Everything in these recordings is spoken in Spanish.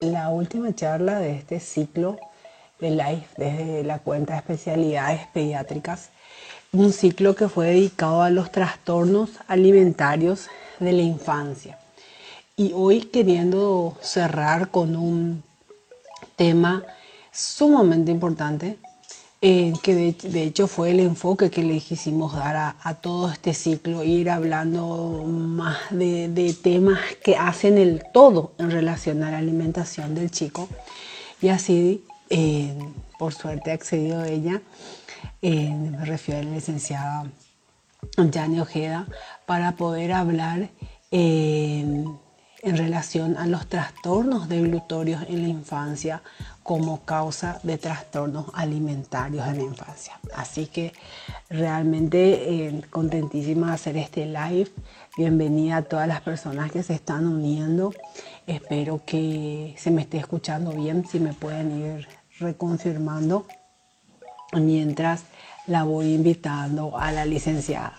La última charla de este ciclo de live desde la cuenta de especialidades pediátricas, un ciclo que fue dedicado a los trastornos alimentarios de la infancia. Y hoy queriendo cerrar con un tema sumamente importante, que de hecho fue el enfoque que le quisimos dar a todo este ciclo, ir hablando más de temas que hacen el todo en relación a la alimentación del chico. Y así, por suerte, ha accedido ella, me refiero a la licenciada Yani Ojeda, para poder hablar en relación a los trastornos deglutorios en la infancia como causa de trastornos alimentarios en la infancia. Así que realmente contentísima de hacer este live. Bienvenida a todas las personas que se están uniendo. Espero que se me esté escuchando bien, si me pueden ir reconfirmando mientras la voy invitando a la licenciada.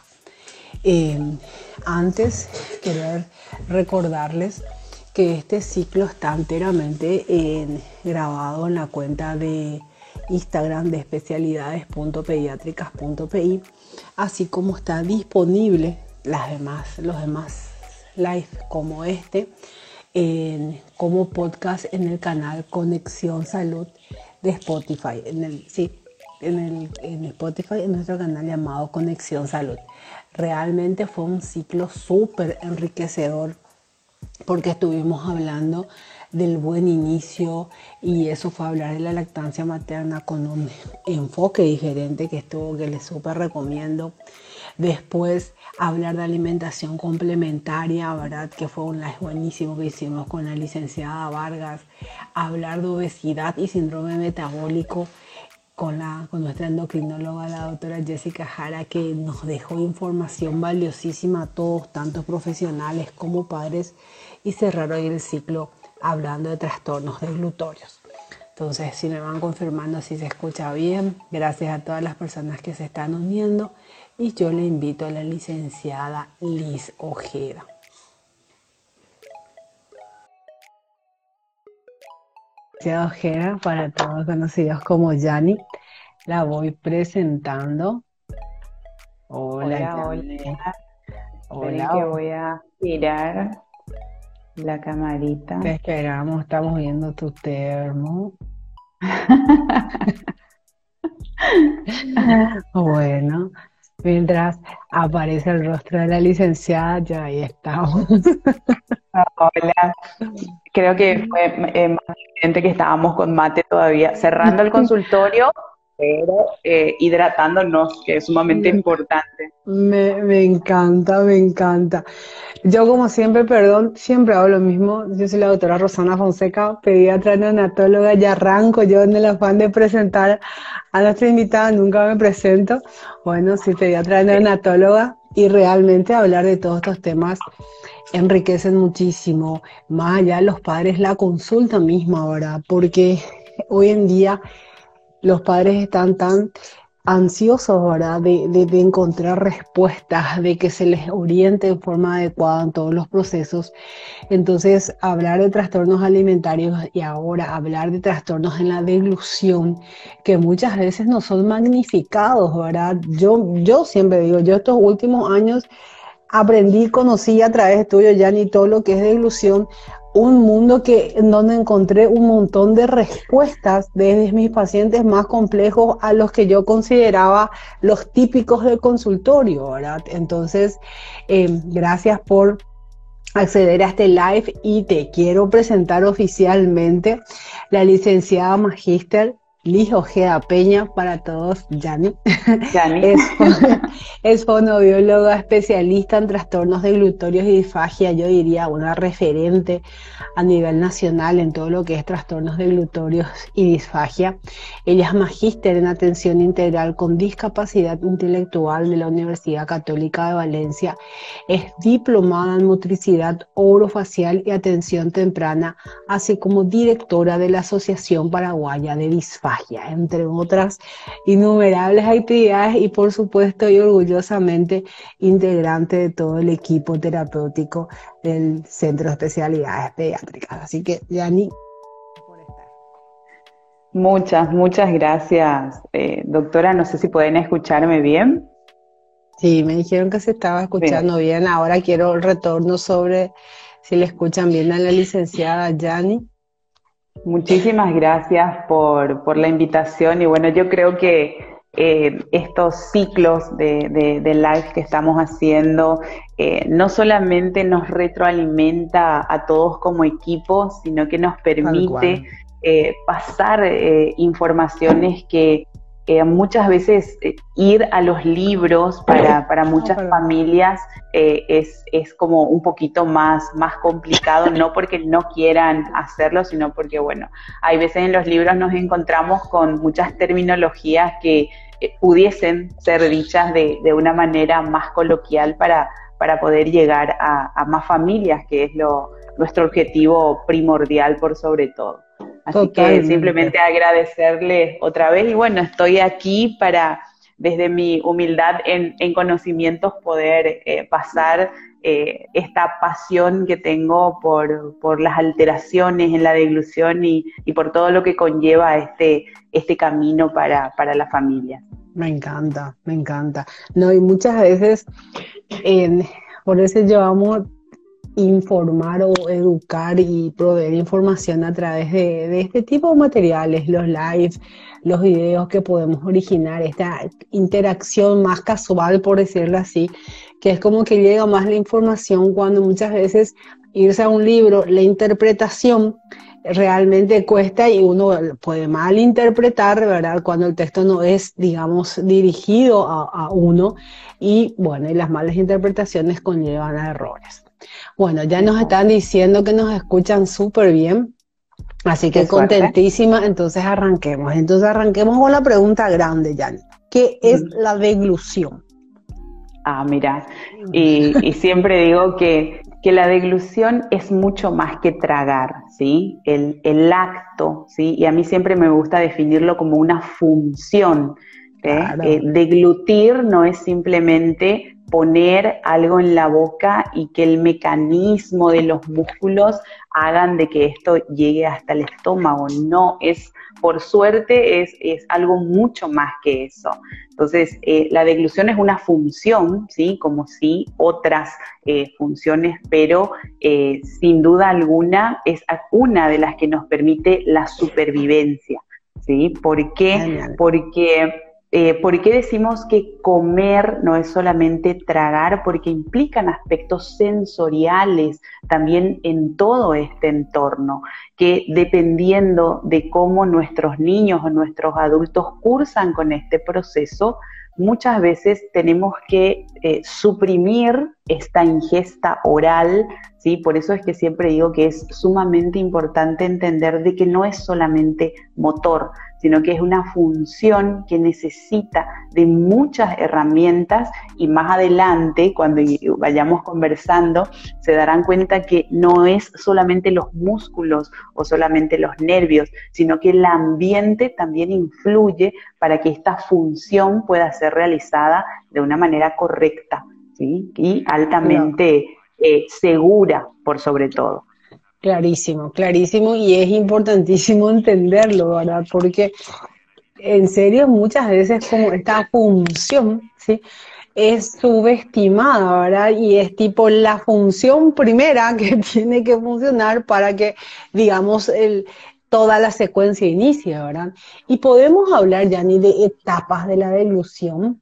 Antes, querer recordarles que este ciclo está enteramente grabado en la cuenta de Instagram de especialidades.pediátricas.pi, así como está disponible los demás live como este, como podcast en el canal Conexión Salud de Spotify, en Spotify, en nuestro canal llamado Conexión Salud. Realmente fue un ciclo súper enriquecedor porque estuvimos hablando del buen inicio, y eso fue hablar de la lactancia materna con un enfoque diferente que les súper recomiendo. Después hablar de alimentación complementaria, ¿verdad? Que fue un live buenísimo que hicimos con la licenciada Vargas. Hablar de obesidad y síndrome metabólico con nuestra endocrinóloga, la doctora Jessica Jara, que nos dejó información valiosísima a todos, tanto profesionales como padres, y cerrar hoy el ciclo hablando de trastornos deglutorios. Entonces, si me van confirmando si se escucha bien, gracias a todas las personas que se están uniendo, y yo le invito a la licenciada Liz Ojeda. Licenciada Ojeda, para todos conocidos como Yani, la voy presentando. Hola, Hola, hola. Yani. Esperen Hola, que voy a girar la camarita. te esperamos, estamos viendo tu termo. Bueno, mientras aparece el rostro de la licenciada, ya ahí estamos. Hola, creo que fue más evidente que estábamos con mate todavía, cerrando el consultorio, pero hidratándonos, que es sumamente importante. Me encanta, me encanta. Yo, como siempre, perdón, siempre hago lo mismo. Yo soy la doctora Rosana Fonseca, pediatra neonatóloga, y arranco yo en el afán de presentar a nuestra invitada, nunca me presento. Bueno, soy pediatra neonatóloga, y realmente hablar de todos estos temas enriquecen muchísimo, más allá de los padres, la consulta misma, ¿verdad? Porque hoy en día los padres están tan ansiosos, ¿verdad? De encontrar respuestas, de que se les oriente de forma adecuada en todos los procesos. Entonces, hablar de trastornos alimentarios y ahora hablar de trastornos en la deglución, que muchas veces no son magnificados, ¿verdad? Yo siempre digo, yo estos últimos años aprendí, conocí a través tuyo, Yanni, todo lo que es deglución, un mundo en donde encontré un montón de respuestas desde mis pacientes más complejos a los que yo consideraba los típicos del consultorio, ¿verdad? Entonces, gracias por acceder a este live, y te quiero presentar oficialmente la licenciada magíster Liz Ojeda Peña, para todos, Yani. Yani. Es, es fonoaudióloga especialista en trastornos deglutorios y disfagia, yo diría una referente a nivel nacional en todo lo que es trastornos deglutorios y disfagia. Ella es magíster en atención integral con discapacidad intelectual de la Universidad Católica de Valencia. Es diplomada en motricidad orofacial y atención temprana, así como directora de la Asociación Paraguaya de Disfagia, entre otras innumerables actividades, y por supuesto y orgullosamente integrante de todo el equipo terapéutico del Centro de Especialidades Pediátricas. Así que, Yani, Muchas gracias, doctora. No sé si pueden escucharme bien. Sí, me dijeron que se estaba Bien. escuchando bien. Ahora quiero el retorno sobre si le escuchan bien a la licenciada Yani. Muchísimas gracias por la invitación y bueno, yo creo que estos ciclos de live que estamos haciendo no solamente nos retroalimenta a todos como equipo, sino que nos Tal permite cual. pasar informaciones que muchas veces ir a los libros para Ah, muchas perdón. familias es como un poquito más complicado, no porque no quieran hacerlo, sino porque, bueno, hay veces en los libros nos encontramos con muchas terminologías que pudiesen ser dichas de una manera más coloquial para poder llegar a más familias, que es nuestro objetivo primordial por sobre todo. Así que Totalmente. simplemente agradecerles otra vez y bueno, estoy aquí para, desde mi humildad en conocimientos, poder pasar esta pasión que tengo por las alteraciones en la deglución y por todo lo que conlleva este camino para la familia. Me encanta, me encanta. No, y muchas veces, en, por eso llevamos informar o educar y proveer información a través de este tipo de materiales, los lives, los videos que podemos originar, esta interacción más casual, por decirlo así, que es como que llega más la información cuando muchas veces irse a un libro, la interpretación realmente cuesta y uno puede mal interpretar, ¿verdad? Cuando el texto no es, digamos, dirigido a uno y bueno, y las malas interpretaciones conllevan a errores. Bueno, ya nos están Exacto. diciendo que nos escuchan súper bien, así Qué que suerte. contentísima, entonces arranquemos. Entonces arranquemos con la pregunta grande, Jan. ¿Qué es la deglución? Ah, mira, y siempre digo que la deglución es mucho más que tragar, ¿sí? El acto, ¿sí? Y a mí siempre me gusta definirlo como una función. Claro, Deglutir no es simplemente poner algo en la boca y que el mecanismo de los músculos hagan de que esto llegue hasta el estómago. No, por suerte, es algo mucho más que eso. Entonces, la deglución es una función, ¿sí? Como si otras funciones, pero sin duda alguna es una de las que nos permite la supervivencia, ¿sí? ¿Por qué? genial. ¿Por qué decimos que comer no es solamente tragar? Porque implican aspectos sensoriales también en todo este entorno, que dependiendo de cómo nuestros niños o nuestros adultos cursan con este proceso, muchas veces tenemos que suprimir esta ingesta oral, ¿sí? Por eso es que siempre digo que es sumamente importante entender de que no es solamente motor, sino que es una función que necesita de muchas herramientas y más adelante, cuando vayamos conversando, se darán cuenta que no es solamente los músculos o solamente los nervios, sino que el ambiente también influye para que esta función pueda ser realizada de una manera correcta, ¿sí? Y Claro, altamente segura, por sobre todo. clarísimo, clarísimo y es importantísimo entenderlo, ¿verdad? Porque en serio muchas veces como esta función, ¿sí? Es subestimada, ¿verdad? Y es tipo la función primera que tiene que funcionar para que, digamos, toda la secuencia inicie, ¿verdad? Y podemos hablar, Yanni, de etapas de la delusión.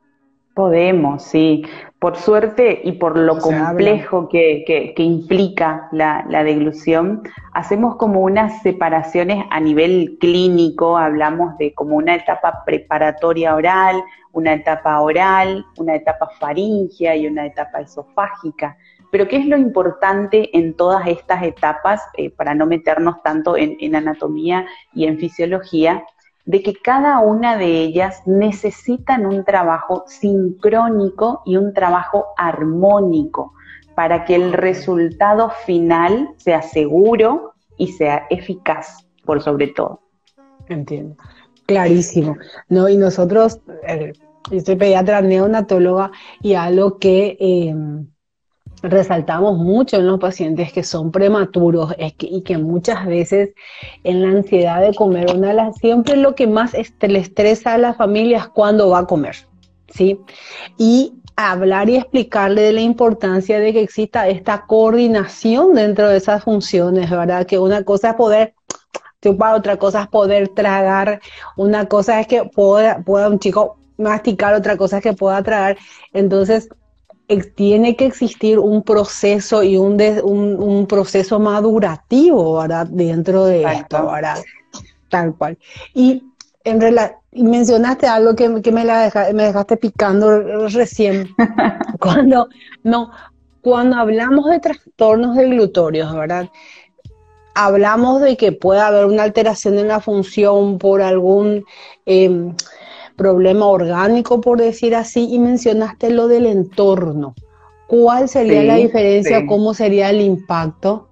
Podemos, sí. Por suerte y por lo No se habla. complejo que implica la deglución, hacemos como unas separaciones a nivel clínico, hablamos de como una etapa preparatoria oral, una etapa oral, una etapa faríngea y una etapa esofágica. Pero ¿qué es lo importante en todas estas etapas, para no meternos tanto en anatomía y en fisiología? De que cada una de ellas necesitan un trabajo sincrónico y un trabajo armónico para que el Ok, resultado final sea seguro y sea eficaz, por sobre todo. entiendo. Clarísimo. No, y nosotros, yo soy pediatra neonatóloga y algo que resaltamos mucho en los pacientes que son prematuros y que muchas veces en la ansiedad de comer, siempre lo que más le estresa a la familia es cuándo va a comer, ¿sí? Y hablar y explicarle de la importancia de que exista esta coordinación dentro de esas funciones, ¿verdad? Que una cosa es poder chupar, otra cosa es poder tragar, una cosa es que pueda un chico masticar, otra cosa es que pueda tragar. Entonces, tiene que existir un proceso y un proceso madurativo, ¿verdad? Dentro de esto, ¿verdad? Tal cual. Y mencionaste algo que me dejaste picando recién. Cuando hablamos de trastornos deglutitorios, ¿verdad? Hablamos de que puede haber una alteración en la función por algún problema orgánico, por decir así, y mencionaste lo del entorno. ¿Cuál sería la diferencia? ¿Cómo sería el impacto?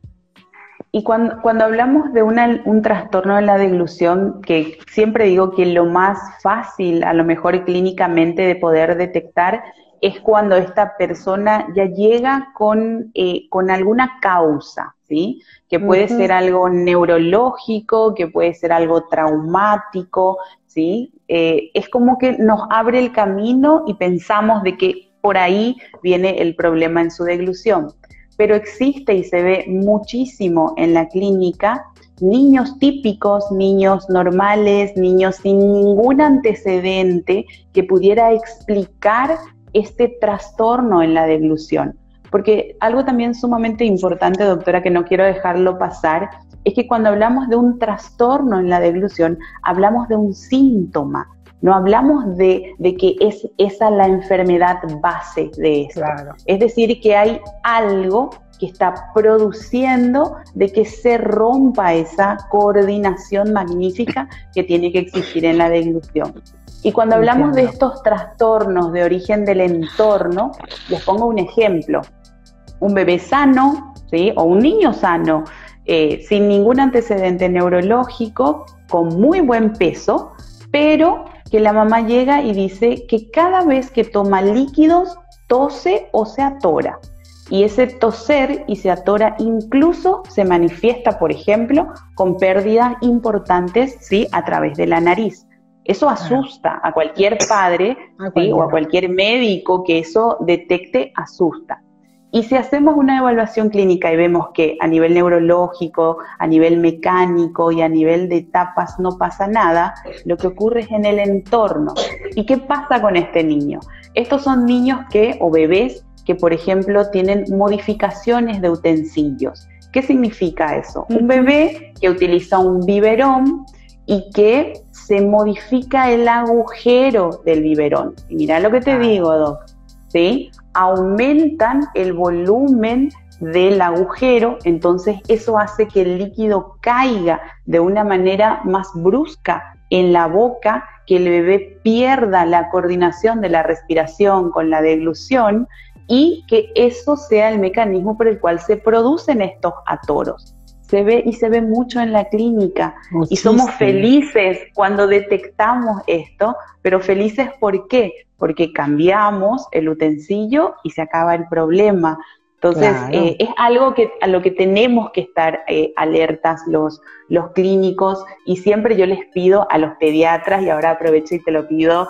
Y cuando hablamos de un trastorno de la deglución, que siempre digo que lo más fácil, a lo mejor clínicamente, de poder detectar, es cuando esta persona ya llega con alguna causa, ¿sí? Que puede ser algo neurológico, que puede ser algo traumático, ¿sí? Es como que nos abre el camino y pensamos de que por ahí viene el problema en su deglución. Pero existe y se ve muchísimo en la clínica niños típicos, niños normales, niños sin ningún antecedente que pudiera explicar este trastorno en la deglución. Porque algo también sumamente importante, doctora, que no quiero dejarlo pasar, es que cuando hablamos de un trastorno en la deglución, hablamos de un síntoma. No hablamos de que es esa la enfermedad base de esto. Claro. Es decir, que hay algo que está produciendo de que se rompa esa coordinación magnífica que tiene que existir en la deglución. Y cuando hablamos de estos trastornos de origen del entorno, les pongo un ejemplo. Un bebé sano, ¿sí? O un niño sano, sin ningún antecedente neurológico, con muy buen peso, pero que la mamá llega y dice que cada vez que toma líquidos, tose o se atora. Y ese toser y se atora incluso se manifiesta, por ejemplo, con pérdidas importantes, ¿sí? A través de la nariz. Eso asusta a cualquier padre, ¿sí? O a cualquier médico que eso detecte, asusta. Y si hacemos una evaluación clínica y vemos que a nivel neurológico, a nivel mecánico y a nivel de etapas no pasa nada, lo que ocurre es en el entorno. ¿Y qué pasa con este niño? Estos son niños o bebés que, por ejemplo, tienen modificaciones de utensilios. ¿Qué significa eso? Un bebé que utiliza un biberón y que se modifica el agujero del biberón. Y mirá lo que te digo, Doc, ¿sí? Aumentan el volumen del agujero, entonces eso hace que el líquido caiga de una manera más brusca en la boca, que el bebé pierda la coordinación de la respiración con la deglución y que eso sea el mecanismo por el cual se producen estos atoros. Se ve mucho en la clínica. Muchísimo. Y somos felices cuando detectamos esto, pero felices ¿por qué? Porque cambiamos el utensilio y se acaba el problema. Entonces, claro, es algo a lo que tenemos que estar alertas los clínicos, y siempre yo les pido a los pediatras, y ahora aprovecho y te lo pido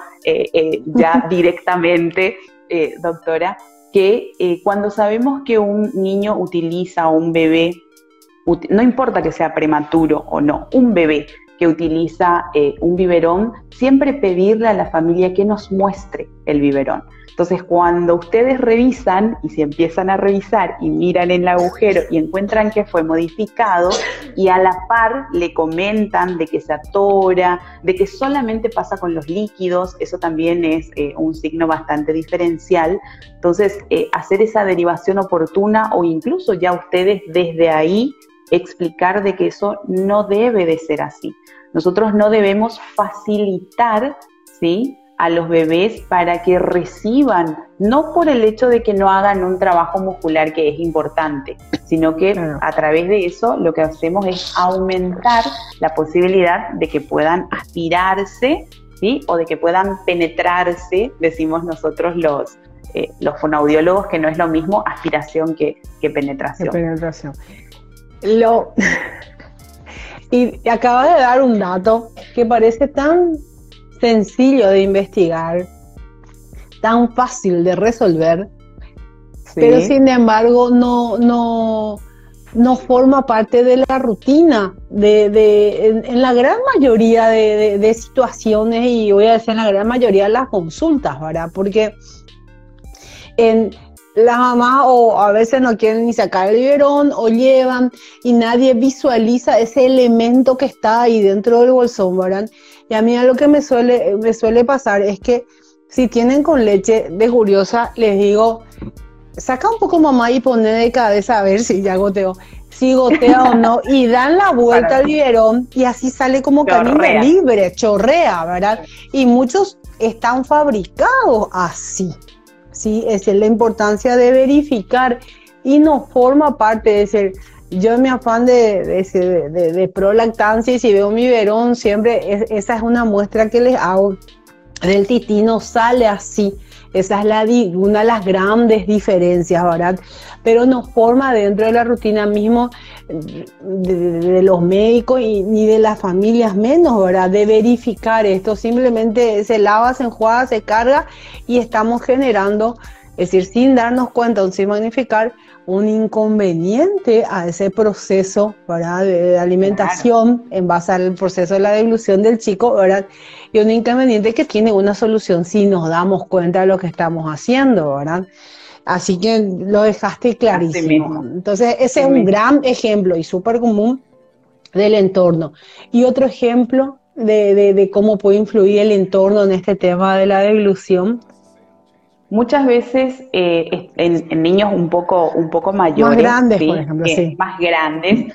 ya directamente, doctora, que cuando sabemos que un niño utiliza, o un bebé, no importa que sea prematuro o no, un bebé que utiliza un biberón, siempre pedirle a la familia que nos muestre el biberón. Entonces, cuando ustedes revisan y se empiezan a revisar y miran en el agujero y encuentran que fue modificado, y a la par le comentan de que se atora, de que solamente pasa con los líquidos, eso también es un signo bastante diferencial. Entonces, hacer esa derivación oportuna, o incluso ya ustedes desde ahí explicar de que eso no debe de ser así. Nosotros no debemos facilitar, ¿sí?, a los bebés para que reciban, no por el hecho de que no hagan un trabajo muscular que es importante, sino que a través de eso lo que hacemos es aumentar la posibilidad de que puedan aspirarse, ¿sí?, o de que puedan penetrarse, decimos nosotros los fonoaudiólogos, que no es lo mismo aspiración que penetración. De penetración. Y acabas de dar un dato que parece tan sencillo de investigar, tan fácil de resolver, sí, pero sin embargo no forma parte de la rutina en la gran mayoría de situaciones, y voy a decir en la gran mayoría de las consultas, ¿verdad? Porque las mamás o a veces no quieren ni sacar el biberón o llevan y nadie visualiza ese elemento que está ahí dentro del bolsón, ¿verdad? Y a mí lo que me suele pasar es que si tienen con leche de curiosa, les digo, saca un poco mamá y pone de cabeza a ver si ya goteó, si gotea o no, y dan la vuelta al biberón y así sale como camino libre, chorrea, ¿verdad? Y muchos están fabricados así. Sí, esa es la importancia de verificar y no forma parte de ser. Yo en mi afán de prolactancia, y si veo mi biberón, siempre esa es una muestra que les hago del tití, no sale así. Esa es una de las grandes diferencias, ¿verdad? Pero no forma dentro de la rutina mismo de los médicos ni de las familias menos, ¿verdad? De verificar esto. Simplemente se lava, se enjuaga, se carga y estamos generando, es decir, sin darnos cuenta o sin magnificar, un inconveniente a ese proceso, ¿verdad? De alimentación, claro, en base al proceso de la deglución del chico, ¿verdad? Y un inconveniente que tiene una solución si nos damos cuenta de lo que estamos haciendo, ¿verdad? Así que lo dejaste clarísimo. Entonces, ese es un gran ejemplo y súper común del entorno. Y otro ejemplo de cómo puede influir el entorno en este tema de la deglución. Muchas veces en niños un poco mayores, más grandes, ¿sí? Por ejemplo, sí. Más grandes,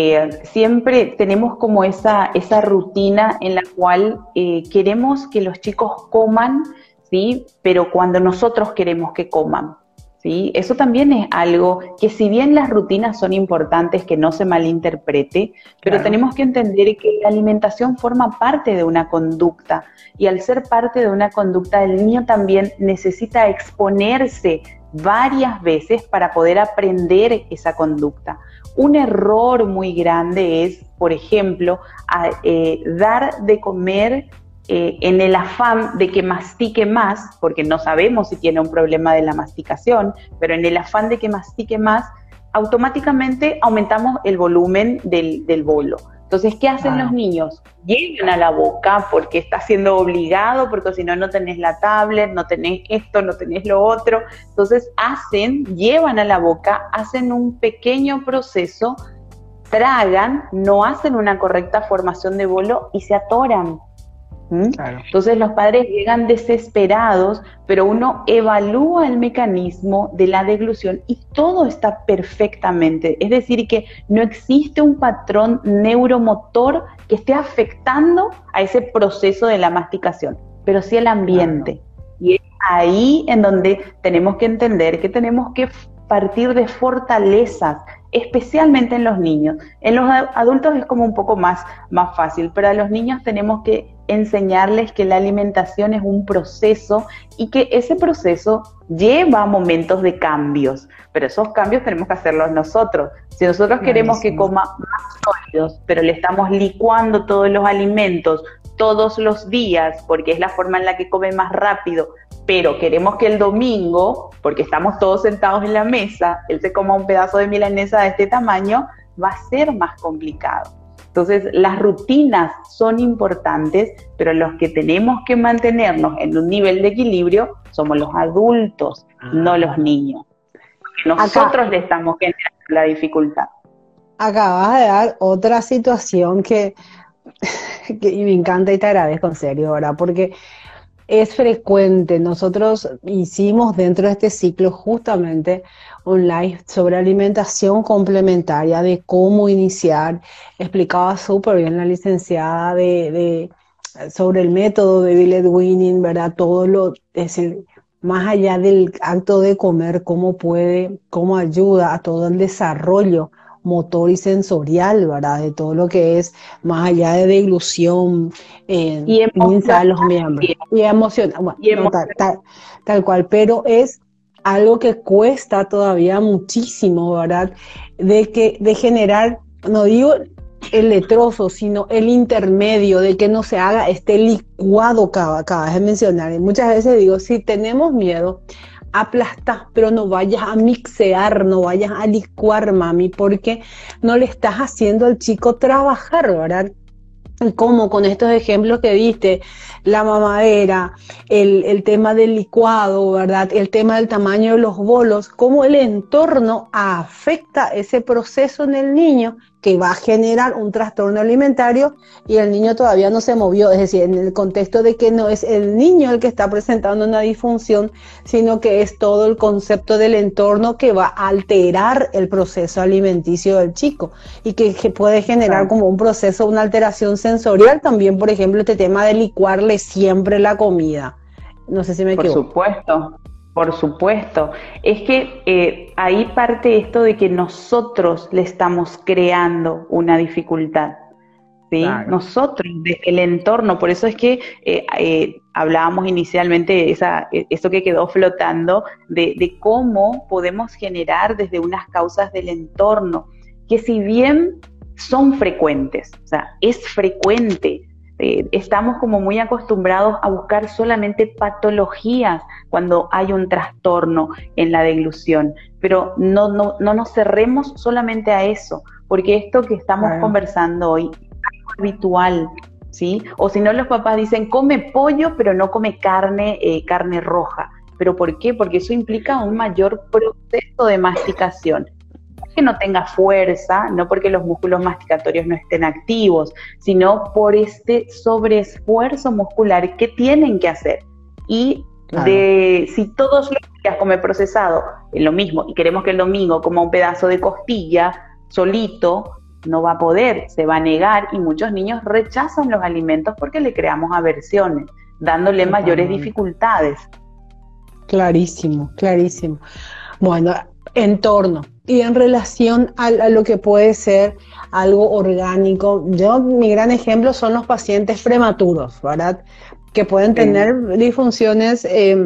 siempre tenemos como esa rutina en la cual queremos que los chicos coman, ¿sí? Pero cuando nosotros queremos que coman, ¿sí? Eso también es algo que, si bien las rutinas son importantes, que no se malinterprete, pero claro, tenemos que entender que la alimentación forma parte de una conducta, y al ser parte de una conducta, el niño también necesita exponerse varias veces para poder aprender esa conducta. Un error muy grande es, por ejemplo, dar de comer en el afán de que mastique más, porque no sabemos si tiene un problema de la masticación, pero en el afán de que mastique más, automáticamente aumentamos el volumen del bolo. Entonces, ¿qué hacen los niños? Llevan a la boca porque está siendo obligado, porque si no, no tenés la tablet, no tenés esto, no tenés lo otro. Entonces, llevan a la boca, hacen un pequeño proceso, tragan, no hacen una correcta formación de bolo y se atoran. Claro. Entonces los padres llegan desesperados, pero uno evalúa el mecanismo de la deglución y todo está perfectamente. Es decir, que no existe un patrón neuromotor que esté afectando a ese proceso de la masticación, pero sí el ambiente. Claro. Y es ahí en donde tenemos que entender que tenemos que partir de fortalezas, especialmente en los niños. En los adultos es como un poco más fácil, pero a los niños tenemos que enseñarles que la alimentación es un proceso y que ese proceso lleva momentos de cambios, pero esos cambios tenemos que hacerlos nosotros. Si nosotros queremos que coma más sólidos, pero le estamos licuando todos los alimentos todos los días, porque es la forma en la que come más rápido, pero queremos que el domingo, porque estamos todos sentados en la mesa, él se coma un pedazo de milanesa de este tamaño, va a ser más complicado. Entonces, las rutinas son importantes, pero los que tenemos que mantenernos en un nivel de equilibrio somos los adultos, no los niños. Nosotros le estamos generando la dificultad. Acabas de dar otra situación que me encanta y te agradezco en serio, ¿verdad? Porque es frecuente. Nosotros hicimos dentro de este ciclo justamente un live sobre alimentación complementaria, de cómo iniciar. Explicaba súper bien la licenciada sobre el método de Bill Edwin, ¿verdad? Es decir, más allá del acto de comer, cómo ayuda a todo el desarrollo motor y sensorial, ¿verdad? De todo lo que es más allá de deglución, Y pinza los emocional miembros. también. Y emocional, bueno, Y no, tal cual, pero es algo que cuesta todavía muchísimo, ¿verdad? De generar, no digo el letroso, sino el intermedio, de que no se haga este licuado que acabas de mencionar. Y muchas veces digo, si tenemos miedo, aplastás, pero no vayas a mixear, no vayas a licuar, mami, porque no le estás haciendo al chico trabajar, ¿verdad? Como con estos ejemplos que diste, la mamadera, el tema del licuado, ¿verdad? El tema del tamaño de los bolos, cómo el entorno afecta ese proceso en el niño que va a generar un trastorno alimentario y el niño todavía no se movió, es decir, en el contexto de que no es el niño el que está presentando una disfunción, sino que es todo el concepto del entorno que va a alterar el proceso alimenticio del chico y que puede generar como un proceso, una alteración sensorial también, por ejemplo, este tema de licuarle siempre la comida. No sé si me Por equivoco. supuesto, por supuesto. Es que ahí parte esto de que nosotros le estamos creando una dificultad, ¿sí? Claro. Nosotros, desde el entorno, por eso es que hablábamos inicialmente, eso que quedó flotando, de cómo podemos generar desde unas causas del entorno, que si bien son frecuentes, o sea, es frecuente, estamos como muy acostumbrados a buscar solamente patologías cuando hay un trastorno en la deglución, pero no nos cerremos solamente a eso, porque esto que estamos Claro. conversando hoy habitual, ¿sí? O si no, los papás dicen, come pollo, pero no come carne roja. ¿Pero por qué? Porque eso implica un mayor proceso de masticación. No es que no tenga fuerza, no porque los músculos masticatorios no estén activos, sino por este sobreesfuerzo muscular que tienen que hacer. Y Claro. si todos los días come procesado, es lo mismo, y queremos que el domingo coma un pedazo de costilla solito, no va a poder, se va a negar y muchos niños rechazan los alimentos porque le creamos aversiones, dándole mayores Totalmente. dificultades. Clarísimo, clarísimo. Bueno, entorno. Y en relación a lo que puede ser algo orgánico, mi gran ejemplo son los pacientes prematuros, ¿verdad? Que pueden Sí. tener disfunciones,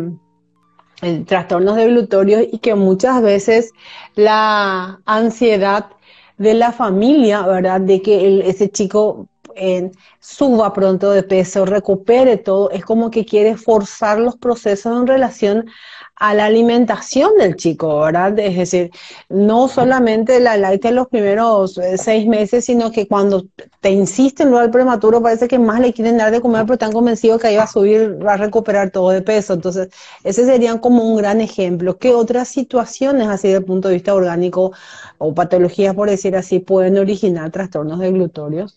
trastornos devolutorios y que muchas veces la ansiedad de la familia, ¿verdad? De que ese chico suba pronto de peso, recupere todo, es como que quiere forzar los procesos en relación a la alimentación del chico, ¿verdad? Es decir, no solamente la lacta en los primeros 6 meses, sino que cuando te insisten lo del prematuro, parece que más le quieren dar de comer, pero están convencidos que ahí va a subir, va a recuperar todo de peso. Entonces, ese sería como un gran ejemplo. ¿Qué otras situaciones, así desde el punto de vista orgánico o patologías, por decir así, pueden originar trastornos deglutorios?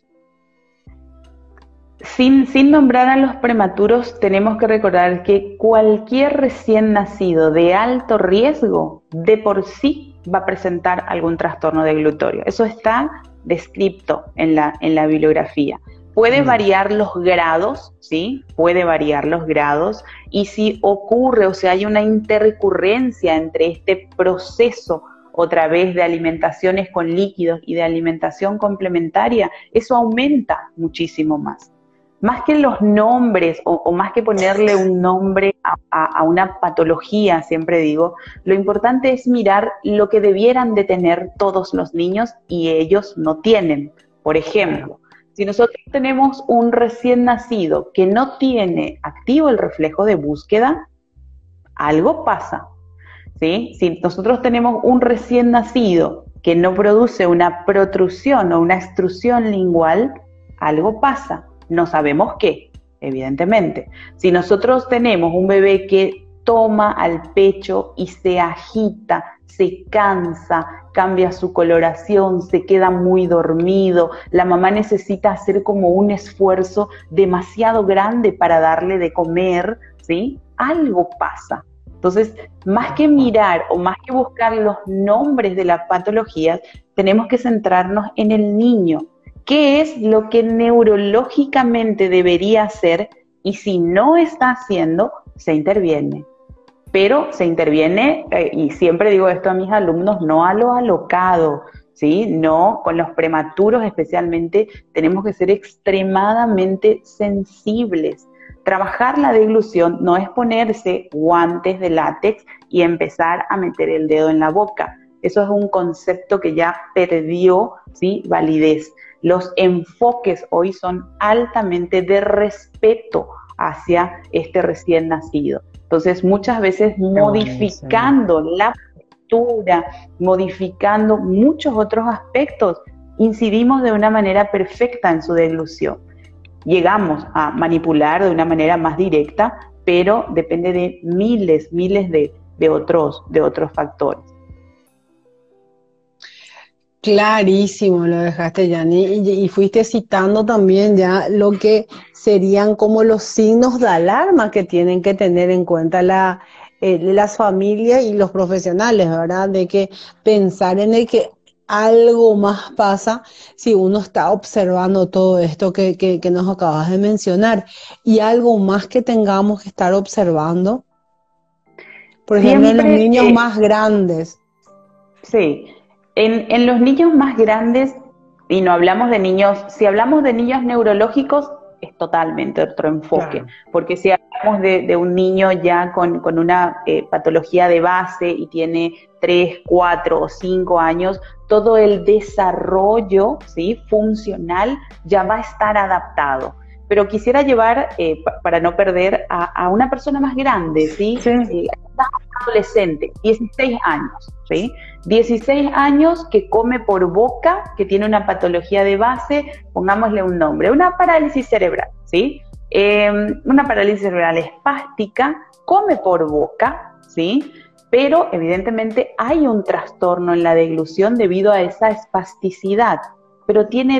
Sin nombrar a los prematuros, tenemos que recordar que cualquier recién nacido de alto riesgo, de por sí va a presentar algún trastorno deglutorio. Eso está descrito en la bibliografía. Puede Bien. variar los grados, ¿sí? Puede variar los grados, y si ocurre o si hay una intercurrencia entre este proceso otra vez de alimentaciones con líquidos y de alimentación complementaria, eso aumenta muchísimo más. Más que los nombres o más que ponerle un nombre a una patología, siempre digo, lo importante es mirar lo que debieran de tener todos los niños y ellos no tienen. Por ejemplo, si nosotros tenemos un recién nacido que no tiene activo el reflejo de búsqueda, algo pasa, ¿sí? Si nosotros tenemos un recién nacido que no produce una protrusión o una extrusión lingual, algo pasa. No sabemos qué, evidentemente. Si nosotros tenemos un bebé que toma al pecho y se agita, se cansa, cambia su coloración, se queda muy dormido, la mamá necesita hacer como un esfuerzo demasiado grande para darle de comer, ¿sí? Algo pasa. Entonces, más que mirar o más que buscar los nombres de las patologías, tenemos que centrarnos en el niño. ¿Qué es lo que neurológicamente debería hacer? Y si no está haciendo, se interviene. Pero se interviene, y siempre digo esto a mis alumnos, no a lo alocado, ¿sí? No, con los prematuros especialmente tenemos que ser extremadamente sensibles. Trabajar la deglución no es ponerse guantes de látex y empezar a meter el dedo en la boca. Eso es un concepto que ya perdió, ¿sí?, validez. Los enfoques hoy son altamente de respeto hacia este recién nacido. Entonces, muchas veces modificando la postura, modificando muchos otros aspectos, incidimos de una manera perfecta en su deglución. Llegamos a manipular de una manera más directa, pero depende de miles de otros factores. Clarísimo lo dejaste, Yanni, y fuiste citando también ya lo que serían como los signos de alarma que tienen que tener en cuenta las familias y los profesionales, ¿verdad? De que pensar en el que algo más pasa si uno está observando todo esto que nos acabas de mencionar, y algo más que tengamos que estar observando, por ejemplo, en los niños más grandes. Sí. En los niños más grandes, y no hablamos de niños, si hablamos de niños neurológicos, es totalmente otro enfoque, claro. Porque si hablamos de un niño ya con una patología de base y tiene 3, 4 o 5 años, todo el desarrollo, ¿sí?, funcional ya va a estar adaptado. Pero quisiera llevar, para no perder, a una persona más grande, ¿sí? Sí. Adolescente, 16 años, ¿sí? 16 años que come por boca, que tiene una patología de base, pongámosle un nombre, una parálisis cerebral, ¿sí? Una parálisis cerebral espástica, come por boca, ¿sí? Pero evidentemente hay un trastorno en la deglución debido a esa espasticidad, pero tiene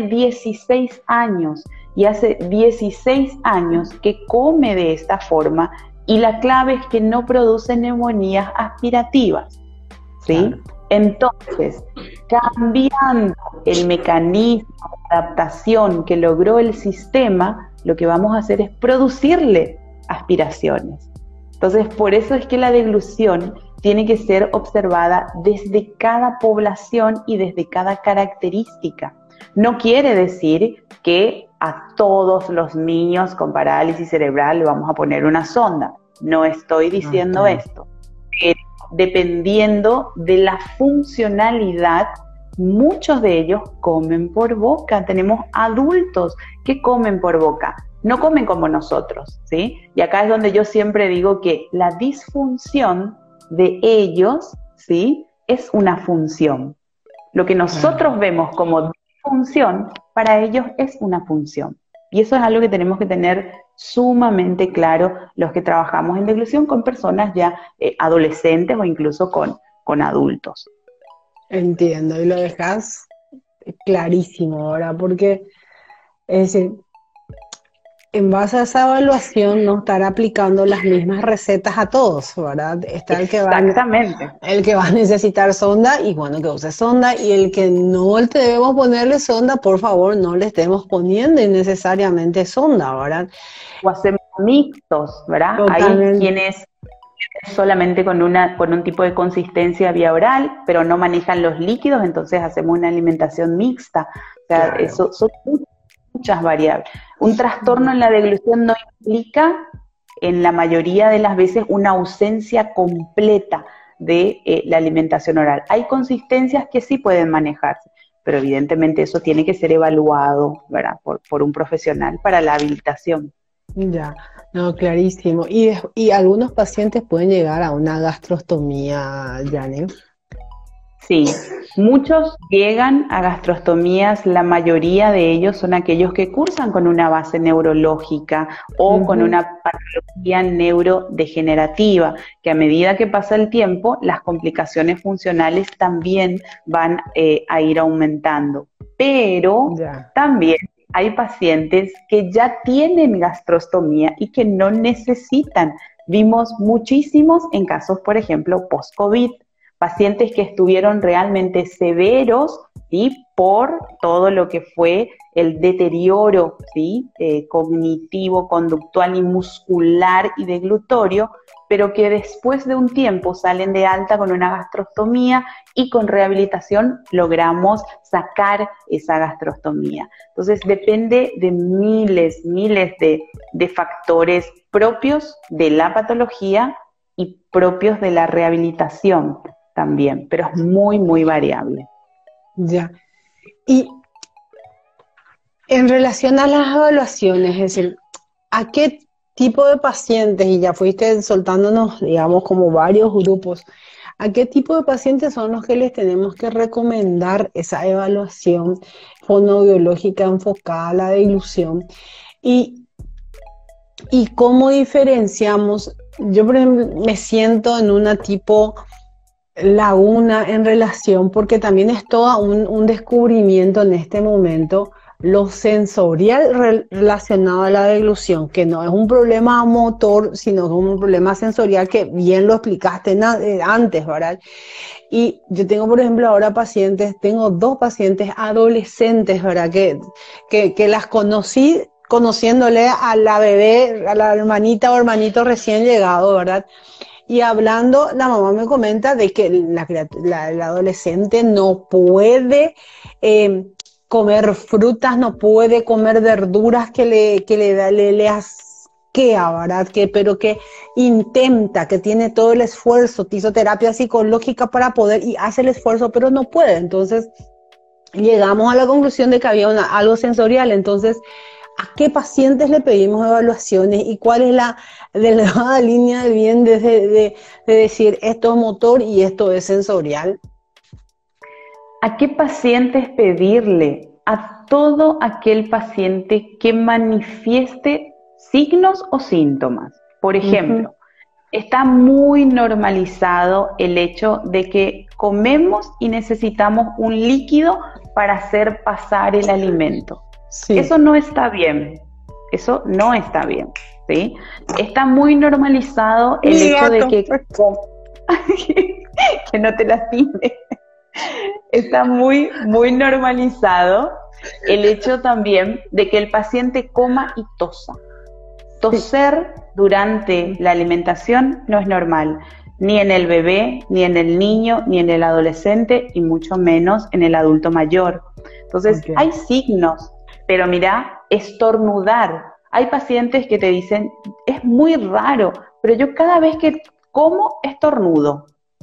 16 años y hace 16 años que come de esta forma, y la clave es que no produce neumonías aspirativas, ¿sí? Claro. Entonces, cambiando el mecanismo de adaptación que logró el sistema, lo que vamos a hacer es producirle aspiraciones. Entonces, por eso es que la deglución tiene que ser observada desde cada población y desde cada característica. No quiere decir que a todos los niños con parálisis cerebral le vamos a poner una sonda. No estoy diciendo esto. Pero dependiendo de la funcionalidad, muchos de ellos comen por boca. Tenemos adultos que comen por boca. No comen como nosotros, ¿sí? Y acá es donde yo siempre digo que la disfunción de ellos, ¿sí?, es una función. Lo que nosotros vemos como función, para ellos es una función. Y eso es algo que tenemos que tener sumamente claro los que trabajamos en deglución con personas ya adolescentes o incluso con adultos. Entiendo, y lo dejas clarísimo ahora, porque es decir, en base a esa evaluación no estar aplicando las mismas recetas a todos, ¿verdad? Está el que va a necesitar sonda, y bueno, que use sonda, y el que no debemos ponerle sonda, por favor, no le estemos poniendo innecesariamente sonda, ¿verdad? O hacemos mixtos, ¿verdad? Totalmente. Hay quienes solamente con un tipo de consistencia vía oral, pero no manejan los líquidos, entonces hacemos una alimentación mixta. O sea, claro. Eso son muchas variables. Un trastorno en la deglución no implica, en la mayoría de las veces, una ausencia completa de la alimentación oral. Hay consistencias que sí pueden manejarse, pero evidentemente eso tiene que ser evaluado, ¿verdad?, por un profesional para la habilitación. Ya, no, clarísimo. Y algunos pacientes pueden llegar a una gastrostomía, Yanni. Sí, muchos llegan a gastrostomías, la mayoría de ellos son aquellos que cursan con una base neurológica o con una patología neurodegenerativa, que a medida que pasa el tiempo, las complicaciones funcionales también van a ir aumentando. Pero también hay pacientes que ya tienen gastrostomía y que no necesitan. Vimos muchísimos en casos, por ejemplo, post-COVID. Pacientes que estuvieron realmente severos, ¿sí?, por todo lo que fue el deterioro, ¿sí?, cognitivo, conductual y muscular y deglutorio, pero que después de un tiempo salen de alta con una gastrostomía y con rehabilitación logramos sacar esa gastrostomía. Entonces depende de miles de factores propios de la patología y propios de la rehabilitación también, pero es muy variable. Ya. Y en relación a las evaluaciones, es decir, ¿a qué tipo de pacientes, y ya fuiste soltándonos, digamos, como varios grupos, a qué tipo de pacientes son los que les tenemos que recomendar esa evaluación fonoaudiológica enfocada a la deglución? Y cómo diferenciamos? Yo, por ejemplo, me siento en una tipo laguna en relación, porque también es todo un descubrimiento en este momento, lo sensorial relacionado a la deglución, que no es un problema motor, sino que es un problema sensorial, que bien lo explicaste antes, ¿verdad? Y yo tengo, por ejemplo, ahora tengo 2 pacientes adolescentes, ¿verdad? Que las conocí conociéndole a la bebé, a la hermanita o hermanito recién llegado, ¿verdad? Y hablando, la mamá me comenta de que la adolescente no puede comer frutas, no puede comer verduras que le asquea, ¿verdad? Pero que intenta, que tiene todo el esfuerzo, hizo terapia psicológica para poder, y hace el esfuerzo, pero no puede. Entonces, llegamos a la conclusión de que había algo sensorial. Entonces, ¿a qué pacientes le pedimos evaluaciones y cuál es la delgada línea del bien de decir esto es motor y esto es sensorial? ¿A qué pacientes pedirle? A todo aquel paciente que manifieste signos o síntomas. Por ejemplo, está muy normalizado el hecho de que comemos y necesitamos un líquido para hacer pasar el alimento. Sí. Eso no está bien, eso no está bien, ¿sí? Está muy normalizado el hecho de que que no te lastimes. Está muy normalizado el hecho también de que el paciente coma y tosa. Toser durante la alimentación no es normal, ni en el bebé, ni en el niño, ni en el adolescente, y mucho menos en el adulto mayor. Entonces, hay signos. Pero mira, estornudar. Hay pacientes que te dicen, es muy raro, pero yo cada vez que como estornudo.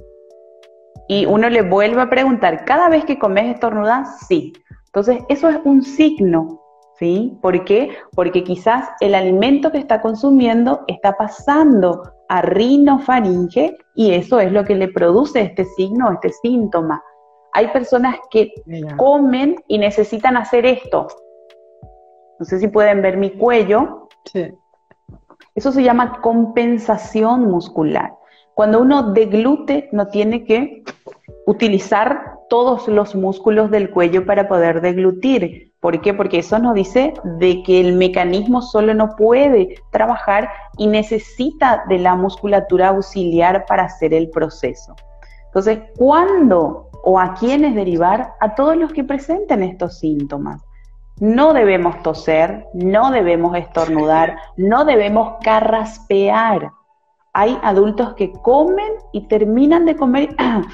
Y uno le vuelve a preguntar, ¿cada vez que comes estornudas? Sí. Entonces, eso es un signo, ¿sí? ¿Por qué? Porque quizás el alimento que está consumiendo está pasando a rinofaringe y eso es lo que le produce este signo, este síntoma. Hay personas que comen y necesitan hacer esto. No sé si pueden ver mi cuello. Sí. Eso se llama compensación muscular. Cuando uno deglute, no tiene que utilizar todos los músculos del cuello para poder deglutir. ¿Por qué? Porque eso nos dice de que el mecanismo solo no puede trabajar y necesita de la musculatura auxiliar para hacer el proceso. Entonces, ¿cuándo o a quiénes derivar? A todos los que presenten estos síntomas. No debemos toser, no debemos estornudar, no debemos carraspear. Hay adultos que comen y terminan de comer,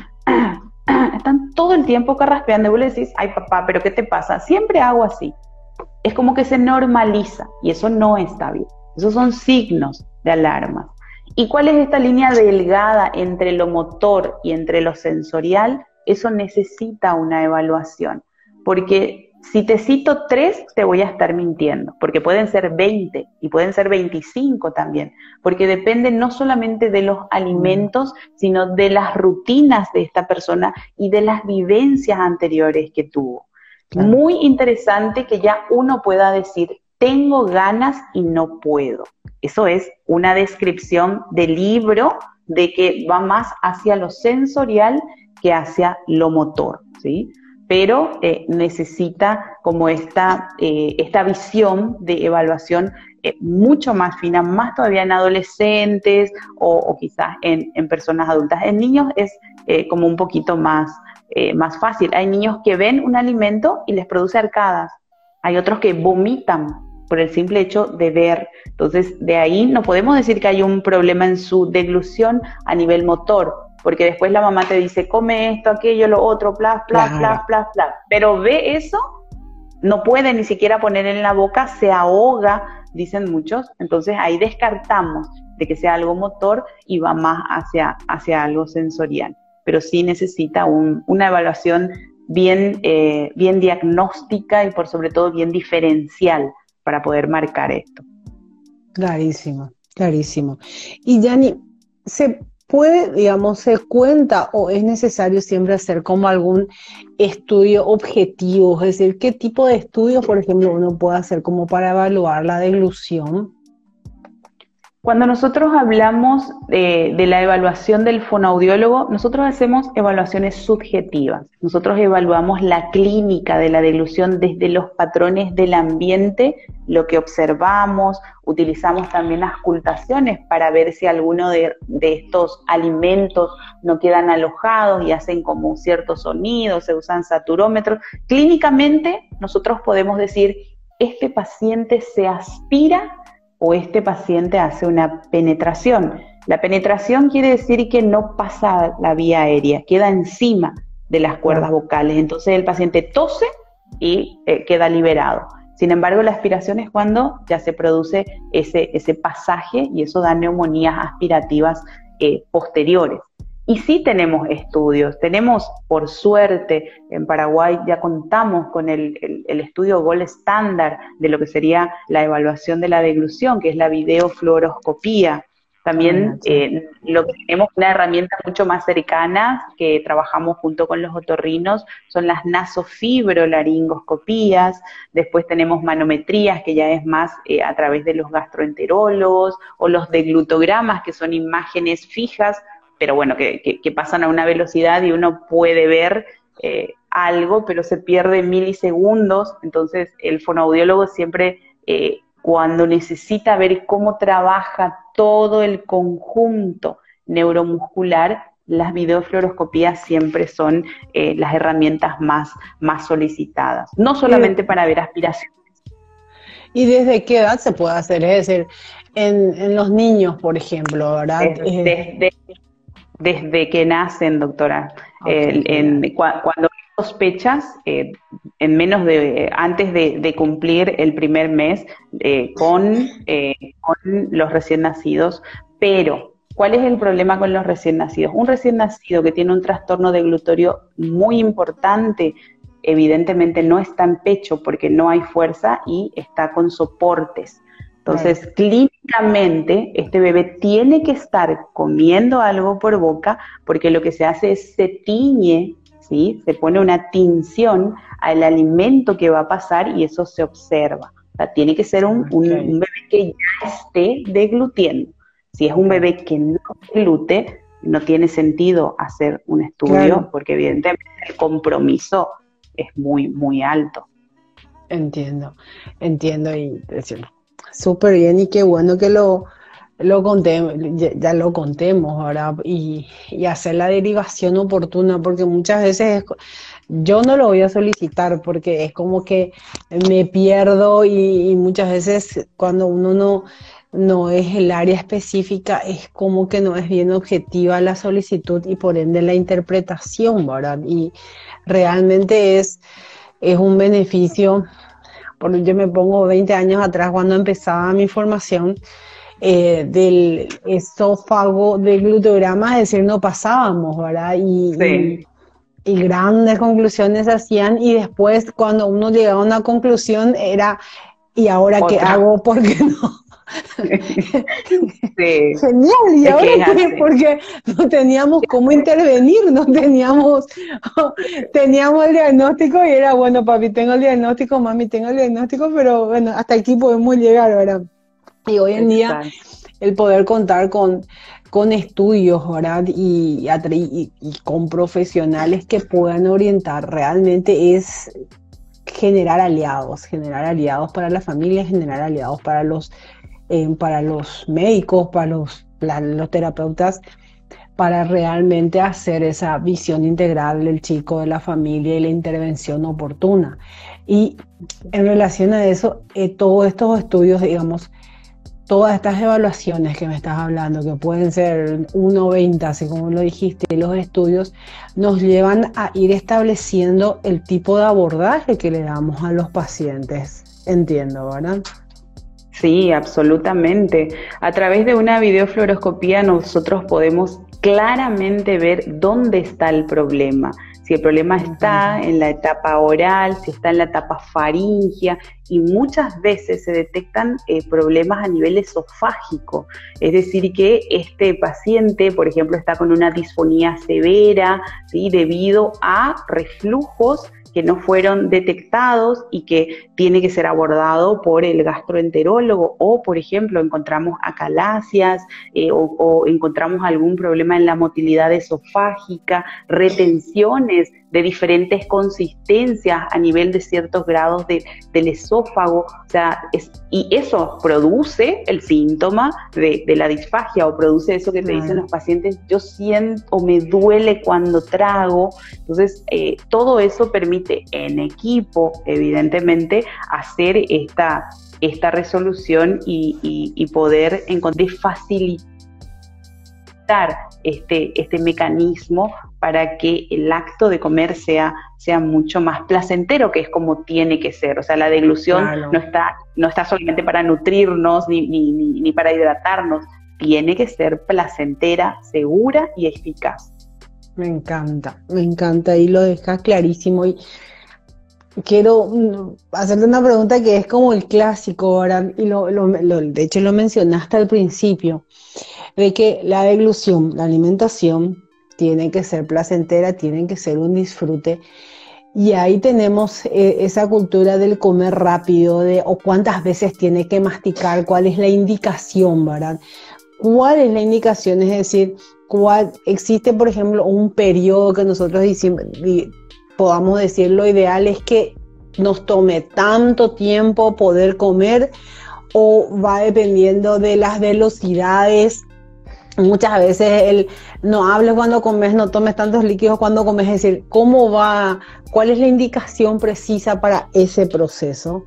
están todo el tiempo carraspeando y vos le decís, ay papá, ¿pero qué te pasa? Siempre hago así. Es como que se normaliza y eso no está bien. Esos son signos de alarma. ¿Y cuál es esta línea delgada entre lo motor y entre lo sensorial? Eso necesita una evaluación, porque si te cito 3, te voy a estar mintiendo, porque pueden ser 20 y pueden ser 25 también, porque depende no solamente de los alimentos, sino de las rutinas de esta persona y de las vivencias anteriores que tuvo. Claro. Muy interesante que ya uno pueda decir, tengo ganas y no puedo. Eso es una descripción del libro de que va más hacia lo sensorial que hacia lo motor, ¿sí? Pero necesita como esta visión de evaluación mucho más fina, más todavía en adolescentes o quizás en personas adultas. En niños es como un poquito más fácil. Hay niños que ven un alimento y les produce arcadas. Hay otros que vomitan por el simple hecho de ver. Entonces, de ahí no podemos decir que hay un problema en su deglución a nivel motor, porque después la mamá te dice, come esto, aquello, lo otro, plas, plas, plas, Claro, plas, plas, pero ve eso, no puede ni siquiera poner en la boca, se ahoga, dicen muchos, entonces ahí descartamos de que sea algo motor y va más hacia algo sensorial, pero sí necesita una evaluación bien diagnóstica y por sobre todo bien diferencial para poder marcar esto. clarísimo, clarísimo. Y Yanni, ¿se puede, digamos, se cuenta o es necesario siempre hacer como algún estudio objetivo? Es decir, ¿qué tipo de estudios, por ejemplo, uno puede hacer como para evaluar la deglución? Cuando nosotros hablamos de la evaluación del fonoaudiólogo, nosotros hacemos evaluaciones subjetivas. Nosotros evaluamos la clínica de la deglución desde los patrones del ambiente, lo que observamos, utilizamos también las auscultaciones para ver si alguno de estos alimentos no quedan alojados y hacen como ciertos sonidos, se usan saturómetros. Clínicamente nosotros podemos decir, este paciente se aspira o este paciente hace una penetración. La penetración quiere decir que no pasa la vía aérea, queda encima de las cuerdas vocales. Entonces el paciente tose y queda liberado. Sin embargo, la aspiración es cuando ya se produce ese pasaje y eso da neumonías aspirativas posteriores. Y sí tenemos estudios, tenemos por suerte, en Paraguay ya contamos con el estudio Gold Standard de lo que sería la evaluación de la deglución, que es la videofluoroscopía. También lo que tenemos una herramienta mucho más cercana, que trabajamos junto con los otorrinos, son las nasofibrolaringoscopías. Después tenemos manometrías, que ya es más a través de los gastroenterólogos, o los deglutogramas, que son imágenes fijas, pero bueno, que pasan a una velocidad y uno puede ver algo, pero se pierde en milisegundos. Entonces el fonoaudiólogo siempre, cuando necesita ver cómo trabaja todo el conjunto neuromuscular, las videofluoroscopías siempre son las herramientas más solicitadas, no solamente para ver aspiraciones. ¿Y desde qué edad se puede hacer? Es decir, en los niños, por ejemplo, ¿verdad? Desde que nacen, doctora. Cuando sospechas, en menos antes de cumplir el primer mes, con los recién nacidos. Pero, ¿cuál es el problema con los recién nacidos? Un recién nacido que tiene un trastorno deglutorio muy importante, evidentemente no está en pecho porque no hay fuerza y está con soportes. Entonces, clínicamente, este bebé tiene que estar comiendo algo por boca, porque lo que se hace es se tiñe, ¿sí? Se pone una tinción al alimento que va a pasar y eso se observa. O sea, tiene que ser un bebé que ya esté deglutiendo. Si es un bebé que no deglute, no tiene sentido hacer un estudio, porque evidentemente el compromiso es muy, muy alto. Entiendo y decirlo. Súper bien y qué bueno que lo contemos, ya lo contemos, ¿verdad? Y hacer la derivación oportuna, porque muchas veces yo no lo voy a solicitar porque es como que me pierdo y muchas veces cuando uno no es el área específica, es como que no es bien objetiva la solicitud y por ende la interpretación, ¿verdad? Y realmente es un beneficio. Yo me pongo 20 años atrás cuando empezaba mi formación del esófago de glutograma, es decir, no pasábamos, ¿verdad? Y grandes conclusiones se hacían y después cuando uno llegaba a una conclusión era, ¿y ahora qué hago? ¿Por qué no? Genial, ¿y ahora qué? Porque no teníamos cómo intervenir, no teníamos el diagnóstico y era, bueno, papi, tengo el diagnóstico, mami, tengo el diagnóstico, pero bueno, hasta aquí podemos llegar, ¿verdad? Y hoy en día el poder contar con estudios, ¿verdad? Y con profesionales que puedan orientar realmente es generar aliados para la familia, generar aliados para los médicos, para los terapeutas, para realmente hacer esa visión integral del chico, de la familia y la intervención oportuna. Y en relación a eso, todos estos estudios, digamos, todas estas evaluaciones que me estás hablando, que pueden ser 1 o 20, así como lo dijiste, los estudios nos llevan a ir estableciendo el tipo de abordaje que le damos a los pacientes. Entiendo, ¿verdad? Sí, absolutamente. A través de una videofluoroscopía nosotros podemos claramente ver dónde está el problema. Si el problema está en la etapa oral, si está en la etapa faríngea, y muchas veces se detectan problemas a nivel esofágico. Es decir, que este paciente, por ejemplo, está con una disfonía severa, ¿sí?, debido a reflujos que no fueron detectados y que tiene que ser abordado por el gastroenterólogo, o por ejemplo encontramos acalasias o encontramos algún problema en la motilidad esofágica, retenciones de diferentes consistencias a nivel de ciertos grados del esófago, o sea, y eso produce el síntoma de la disfagia, o produce eso que te dicen los pacientes: yo siento o me duele cuando trago. Entonces, todo eso permite en equipo, evidentemente, hacer esta resolución y poder encontrar, facilitar este mecanismo para que el acto de comer sea mucho más placentero, que es como tiene que ser. O sea, la deglución no está solamente para nutrirnos ni para hidratarnos, tiene que ser placentera, segura y eficaz. Me encanta, y lo dejas clarísimo. Y quiero hacerte una pregunta que es como el clásico, ahora, y de hecho lo mencionaste al principio, de que la deglución, la alimentación, tiene que ser placentera, tiene que ser un disfrute. Y ahí tenemos esa cultura del comer rápido, o cuántas veces tiene que masticar, cuál es la indicación, ¿verdad? ¿Cuál es la indicación? Es decir, existe, por ejemplo, un periodo que nosotros podamos decir, lo ideal es que nos tome tanto tiempo poder comer, o va dependiendo de las velocidades. Muchas veces no hables cuando comes, no tomes tantos líquidos cuando comes, es decir, ¿cuál es la indicación precisa para ese proceso?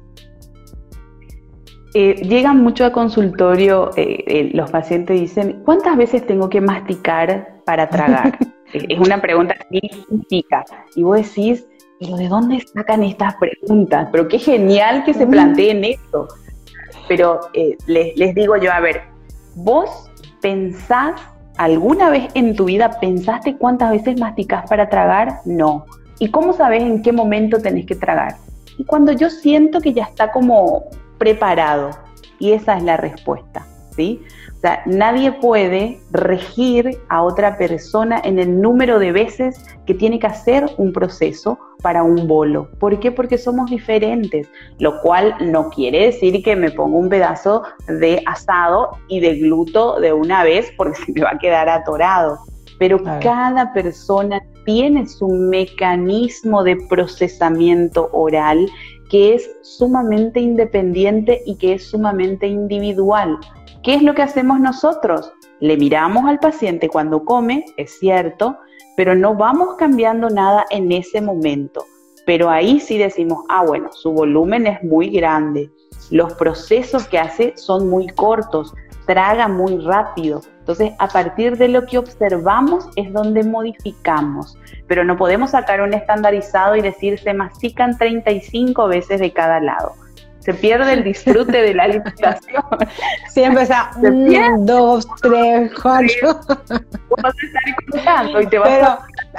Llegan mucho a consultorio, los pacientes dicen: ¿cuántas veces tengo que masticar para tragar? Es una pregunta típica, y vos decís: ¿pero de dónde sacan estas preguntas? Pero qué genial que se planteen esto. Pero les digo yo, a ver, ¿vos pensás alguna vez en tu vida, pensaste cuántas veces masticás para tragar? No. ¿Y cómo sabés en qué momento tenés que tragar? Y cuando yo siento que ya está como preparado, y esa es la respuesta, ¿sí? O sea, nadie puede regir a otra persona en el número de veces que tiene que hacer un proceso para un bolo. ¿Por qué? Porque somos diferentes, lo cual no quiere decir que me ponga un pedazo de asado y degluto de una vez porque se me va a quedar atorado. Pero cada persona tiene su mecanismo de procesamiento oral que es sumamente independiente y que es sumamente individual. ¿Qué es lo que hacemos nosotros? Le miramos al paciente cuando come, es cierto, pero no vamos cambiando nada en ese momento. Pero ahí sí decimos: bueno, su volumen es muy grande, los procesos que hace son muy cortos, traga muy rápido. Entonces, a partir de lo que observamos es donde modificamos. Pero no podemos sacar un estandarizado y decir: se mastican 35 veces de cada lado. Se pierde el disfrute de la alimentación. Siempre está 1, 2, 3, 4. Vas a estar contando y te vas Pero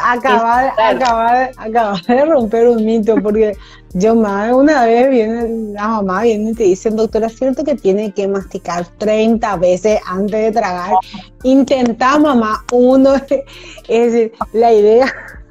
acaba de romper un mito, porque una vez la mamá viene y te dice: doctora, ¿es cierto que tiene que masticar 30 veces antes de tragar? Intenta, mamá, 1. Es decir, la idea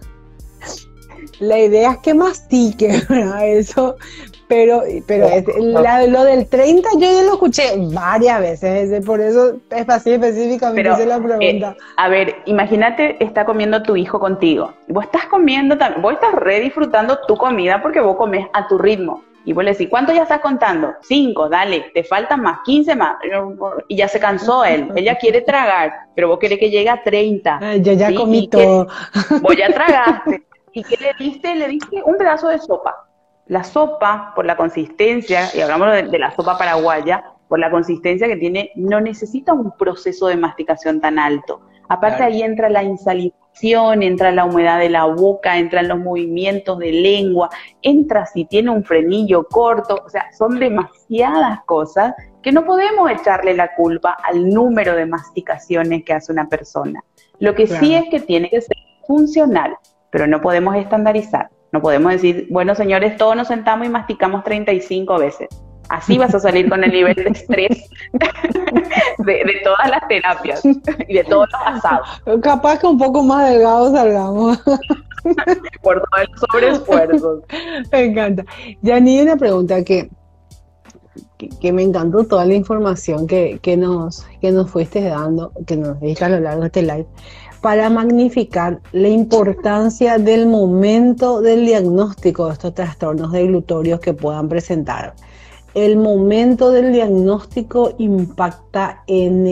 es que mastique, ¿verdad? Eso. Pero lo del 30 yo ya lo escuché varias veces, por eso es así específicamente hice la pregunta. A ver, imagínate, está comiendo tu hijo contigo. Vos estás comiendo, vos estás re disfrutando tu comida porque vos comes a tu ritmo. Y vos le decís, ¿cuánto ya estás contando? 5, dale, te faltan más, 15 más. Y ya se cansó él ya quiere tragar, pero vos querés que llegue a 30. Yo ya ¿sí? comí todo. Vos ya tragaste. ¿Y qué le diste? Le diste un pedazo de sopa. La sopa, por la consistencia, y hablamos de la sopa paraguaya, por la consistencia que tiene, no necesita un proceso de masticación tan alto. Aparte Claro. ahí entra la insalivación, entra la humedad de la boca, entran los movimientos de lengua, entra si tiene un frenillo corto, o sea, son demasiadas cosas que no podemos echarle la culpa al número de masticaciones que hace una persona. Lo que sí Claro. es que tiene que ser funcional, pero no podemos estandarizar. No podemos decir, bueno, señores, todos nos sentamos y masticamos 35 veces. Así vas a salir con el nivel de estrés de todas las terapias y de todos los asados, Capaz que un poco más delgado salgamos. por todo el sobreesfuerzo. Me encanta. Yanni, una pregunta que me encantó toda la información que nos fuiste dando, que nos diste a lo largo de este live, para magnificar la importancia del momento del diagnóstico de estos trastornos deglutorios que puedan presentar. El momento del diagnóstico impacta en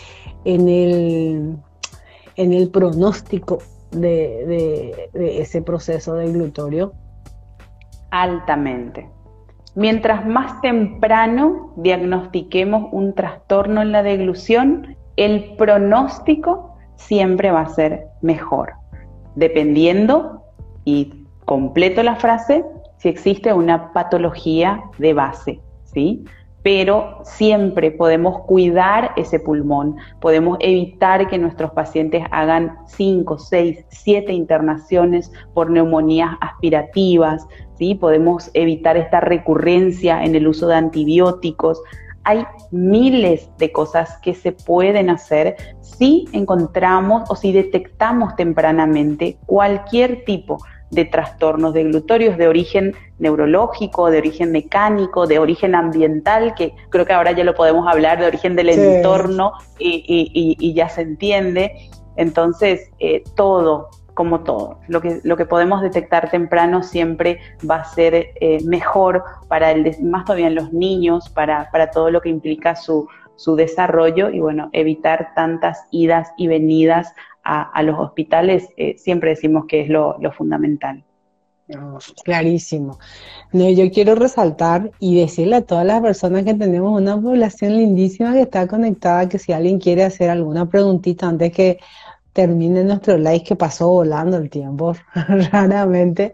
el pronóstico de ese proceso deglutorio. Altamente. Mientras más temprano diagnostiquemos un trastorno en la deglución, el pronóstico siempre va a ser mejor, dependiendo, y completo la frase, si existe una patología de base, ¿sí? Pero siempre podemos cuidar ese pulmón, podemos evitar que nuestros pacientes hagan 5, 6, 7 internaciones por neumonías aspirativas, ¿sí? Podemos evitar esta recurrencia en el uso de antibióticos. Hay miles de cosas que se pueden hacer si encontramos o si detectamos tempranamente cualquier tipo de trastornos deglutorios de origen neurológico, de origen mecánico, de origen ambiental, que creo que ahora ya lo podemos hablar, de origen del entorno, y ya se entiende. Entonces, todo, como todo, lo que podemos detectar temprano siempre va a ser mejor para más todavía en los niños, para todo lo que implica su desarrollo, y bueno, evitar tantas idas y venidas a los hospitales, siempre decimos que es lo fundamental. No, clarísimo. No, yo quiero resaltar y decirle a todas las personas que tenemos una población lindísima que está conectada, que si alguien quiere hacer alguna preguntita antes que termine nuestro live, que pasó volando el tiempo, raramente,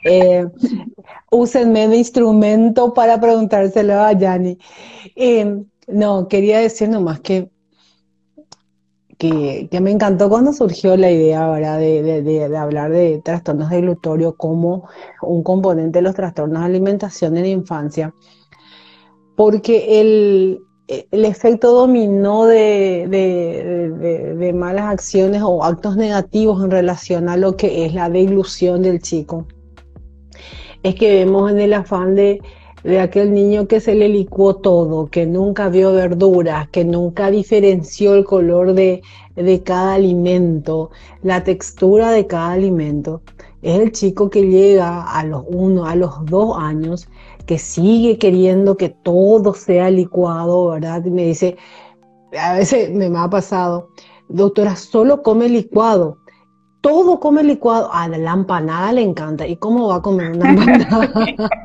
úsenme de instrumento para preguntárselo a Yanni. No, quería decir nomás que me encantó cuando surgió la idea, ¿verdad?, de hablar de trastornos deglutorios como un componente de los trastornos de alimentación en la infancia, porque el efecto dominó de malas acciones o actos negativos en relación a lo que es la deglución del chico es que vemos en el afán de aquel niño que se le licuó todo, que nunca vio verduras, que nunca diferenció el color de cada alimento, la textura de cada alimento. Es el chico que llega a los 1, a los 2 años, que sigue queriendo que todo sea licuado, ¿verdad? Y me dice, a veces me ha pasado, doctora, solo come licuado. Todo come licuado. A la empanada le encanta. ¿Y cómo va a comer una empanada?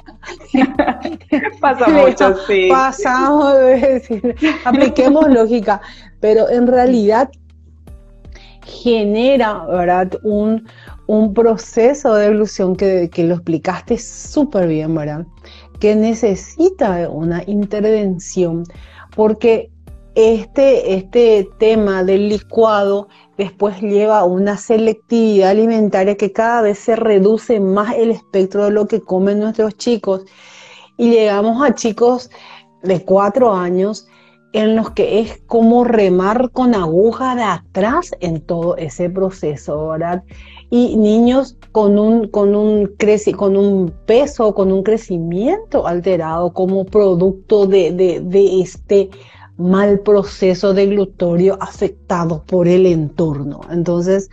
Pasa mucho, sí. Pasamos de decir, apliquemos lógica, pero en realidad genera, ¿verdad?, un proceso de deglución que lo explicaste súper bien, ¿verdad?, que necesita una intervención, porque este tema del licuado después lleva a una selectividad alimentaria que cada vez se reduce más el espectro de lo que comen nuestros chicos, y llegamos a chicos de 4 años en los que es como remar con aguja de atrás en todo ese proceso, ¿verdad? Y niños con un peso, con un crecimiento alterado como producto de este mal proceso deglutorio afectado por el entorno. Entonces,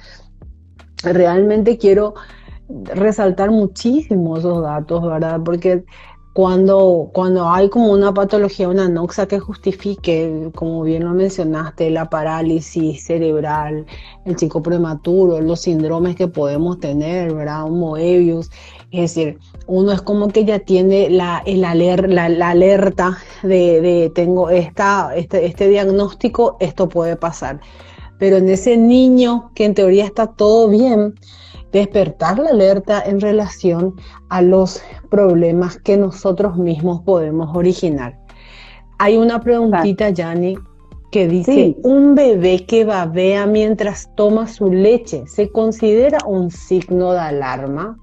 realmente quiero resaltar muchísimo esos datos, ¿verdad? Porque cuando hay como una patología, una anoxia que justifique, como bien lo mencionaste, la parálisis cerebral, el chico prematuro, los síndromes que podemos tener, ¿verdad? Un Moebius, es decir, uno es como que ya tiene la alerta de tengo este diagnóstico, esto puede pasar. Pero en ese niño que en teoría está todo bien, despertar la alerta en relación a los problemas que nosotros mismos podemos originar. Hay una preguntita, Yani, que dice, Sí. ¿un bebé que babea mientras toma su leche se considera un signo de alarma?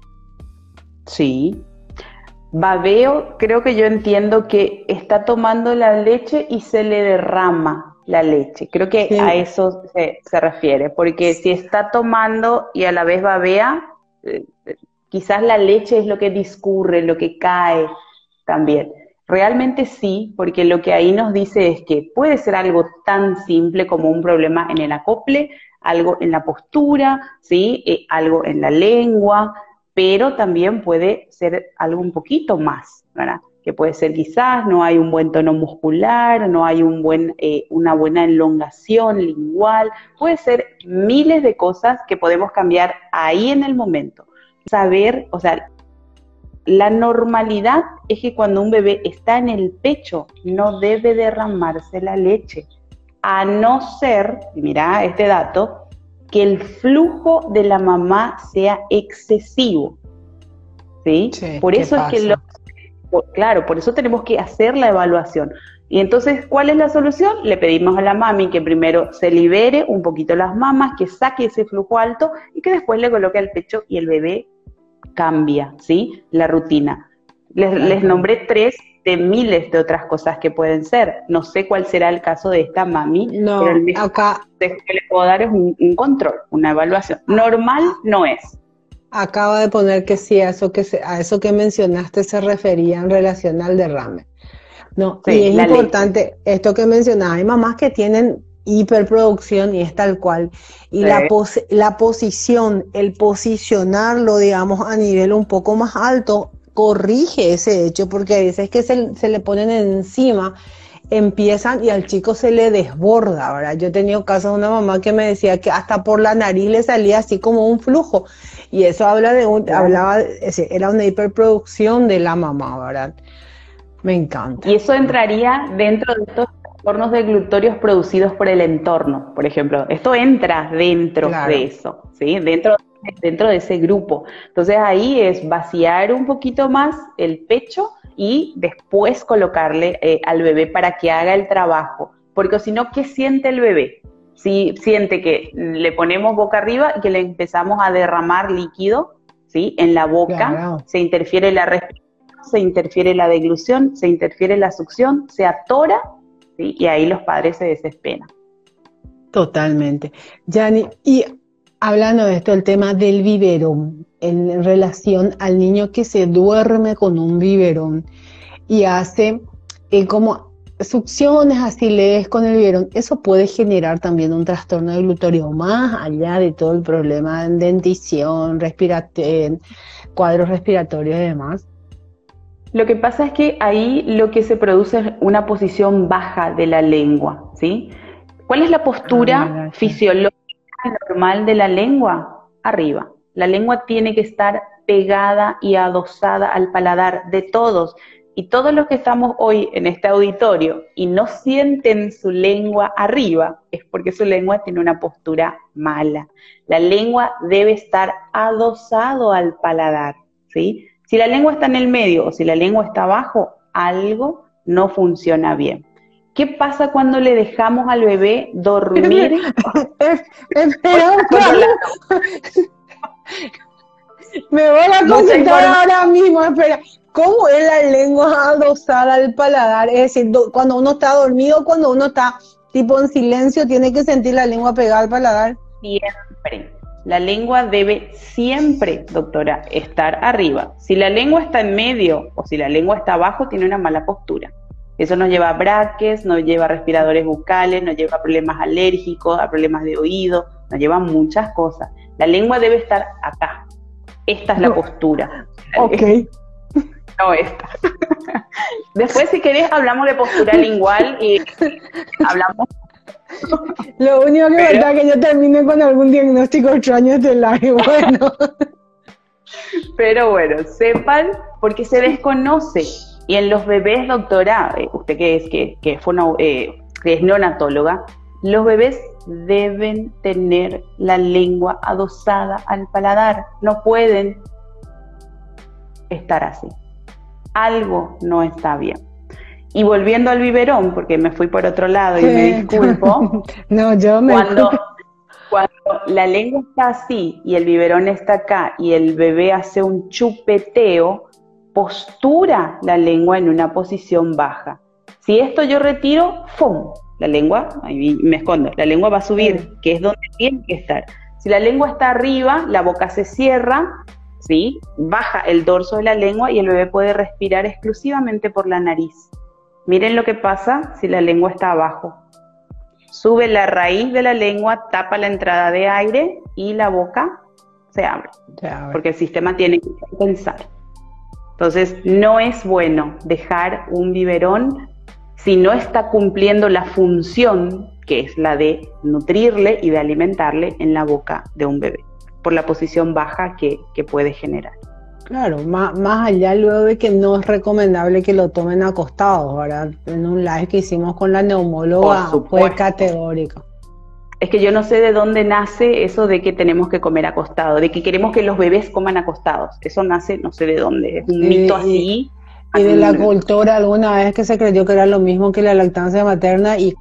Sí. Babeo, creo que yo entiendo que está tomando la leche y se le derrama la leche. Creo que a Sí, eso se refiere, porque si está tomando y a la vez babea, eh, quizás la leche es lo que discurre, lo que cae también. Realmente sí, porque lo que ahí nos dice es que puede ser algo tan simple como un problema en el acople, algo en la postura, ¿sí? Algo en la lengua, pero también puede ser algo un poquito más, ¿verdad? Que puede ser quizás no hay un buen tono muscular, no hay una buena elongación lingual, puede ser miles de cosas que podemos cambiar ahí en el momento. Saber, o sea, la normalidad es que cuando un bebé está en el pecho no debe derramarse la leche, a no ser, y mira este dato, que el flujo de la mamá sea excesivo, ¿sí? sí, Por ¿qué eso es que, pasa? claro, por eso tenemos que hacer la evaluación. Y entonces, ¿cuál es la solución? Le pedimos a la mami que primero se libere un poquito las mamas, que saque ese flujo alto y que después le coloque al pecho y el bebé cambia, ¿sí? La rutina. Les Claro. nombré 3 de miles de otras cosas que pueden ser. No sé cuál será el caso de esta mami, pero el No, mejor acá, consejo que le puedo dar es un control, una evaluación. Normal no es. acaba de poner que sí, a eso que mencionaste se refería en relación al derrame. No, y Sí, es la leche. importante esto que mencionaba, hay mamás que tienen hiperproducción y es tal cual, y Sí, la posición, el posicionarlo, digamos, a nivel un poco más alto, corrige ese hecho, porque a veces que se le ponen encima, empiezan y al chico se le desborda, ¿verdad? Yo he tenido casos de una mamá que me decía que hasta por la nariz le salía así como un flujo, y eso claro. era una hiperproducción de la mamá, ¿verdad? Me Y encanta. eso entraría dentro de estos trastornos de glutorios producidos por el entorno, por ejemplo. Esto entra dentro de Claro. eso, ¿sí? Dentro de ese grupo. Entonces ahí es vaciar un poquito más el pecho y después colocarle al bebé para que haga el trabajo. Porque si no, ¿qué siente el bebé? Si siente que le ponemos boca arriba y que le empezamos a derramar líquido, ¿sí? En la boca, Claro, se interfiere la respiración, se interfiere la deglución, se interfiere la succión, se atora, ¿sí? Y ahí los padres se desesperan. totalmente. Yani, y hablando de esto, el tema del biberón, en relación al niño que se duerme con un biberón y hace como succiones así leves con el biberón, eso puede generar también un trastorno de glutorio, más allá de todo el problema de dentición, cuadros respiratorios y demás. Lo que pasa es que ahí lo que se produce es una posición baja de la lengua, ¿sí? ¿Cuál es la Ah, postura mira, ya. fisiológica normal de la lengua? Arriba. La lengua tiene que estar pegada y adosada al paladar de todos. Y todos los que estamos hoy en este auditorio y no sienten su lengua arriba, es porque su lengua tiene una postura mala. La lengua debe estar adosado al paladar, ¿sí? Si la lengua está en el medio o si la lengua está abajo, algo no funciona bien. ¿Qué pasa cuando le dejamos al bebé dormir Espera un controlando? rato. Me voy a Mucha consultar información. ahora mismo, espera. ¿Cómo es la lengua adosada al paladar? Es decir, cuando uno está dormido, cuando uno está tipo en silencio, tiene que sentir la lengua pegada al paladar. Siempre. La lengua debe siempre, doctora, estar arriba. Si la lengua está en medio o si la lengua está abajo, tiene una mala postura. Eso nos lleva a braques, nos lleva a respiradores bucales, nos lleva a problemas alérgicos, a problemas de oído, nos lleva a muchas cosas. La lengua debe estar acá. Esta es la postura. Ok, no esta. Después, si querés, hablamos de postura lingual y hablamos. Lo único que falta es que yo termine con algún diagnóstico extraño estelar, y bueno. Pero bueno, sepan, porque se desconoce. Y en los bebés, doctora, usted que es neonatóloga, los bebés deben tener la lengua adosada al paladar. No pueden estar así. Algo no está bien. Y volviendo al biberón, porque me fui por otro lado y me disculpo. No, Cuando la lengua está así y el biberón está acá y el bebé hace un chupeteo, postura la lengua en una posición baja. Si esto yo retiro, ¡fum! La lengua, ahí me escondo, la lengua va a subir, que es donde tiene que estar. Si la lengua está arriba, la boca se cierra, ¿sí? Baja el dorso de la lengua y el bebé puede respirar exclusivamente por la nariz. Miren lo que pasa si la lengua está abajo. Sube la raíz de la lengua, tapa la entrada de aire y la boca se abre. Porque el sistema tiene que compensar. Entonces, no es bueno dejar un biberón si no está cumpliendo la función, que es la de nutrirle y de alimentarle en la boca de un bebé, por la posición baja que puede generar. Claro, más allá luego de que no es recomendable que lo tomen acostados, ¿verdad? En un live que hicimos con la neumóloga fue categórico. Es que yo no sé de dónde nace eso de que tenemos que comer acostados, de que queremos que los bebés coman acostados. Eso nace, no sé de dónde, es un mito así. Y de la cultura alguna vez que se creyó que era lo mismo que la lactancia materna y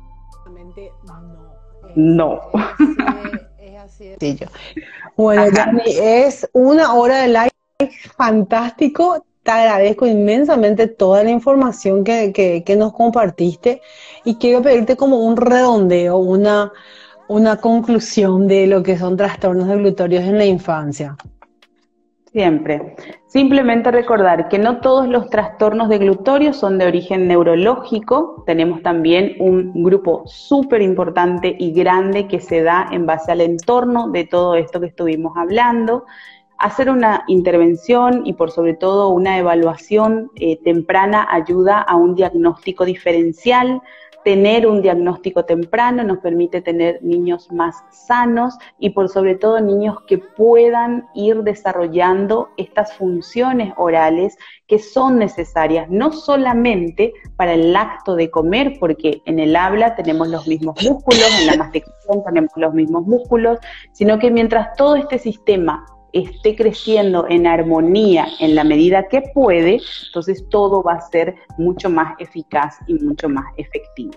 no. Es así de sencillo. Bueno, Yanni, es una hora de live fantástico. Te agradezco inmensamente toda la información que nos compartiste y quiero pedirte como un redondeo, una conclusión de lo que son trastornos deglutitorios en la infancia. Siempre. Simplemente recordar que no todos los trastornos deglutorios son de origen neurológico. Tenemos también un grupo súper importante y grande que se da en base al entorno de todo esto que estuvimos hablando. Hacer una intervención y por sobre todo una evaluación temprana ayuda a un diagnóstico diferencial. Tener un diagnóstico temprano nos permite tener niños más sanos y por sobre todo niños que puedan ir desarrollando estas funciones orales que son necesarias, no solamente para el acto de comer, porque en el habla tenemos los mismos músculos, en la masticación tenemos los mismos músculos, sino que mientras todo este sistema esté creciendo en armonía en la medida que puede, entonces todo va a ser mucho más eficaz y mucho más efectivo.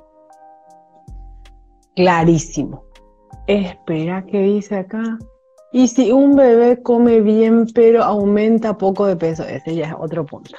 Clarísimo. Espera, ¿qué dice acá? Y si un bebé come bien pero aumenta poco de peso, ese ya es otro punto.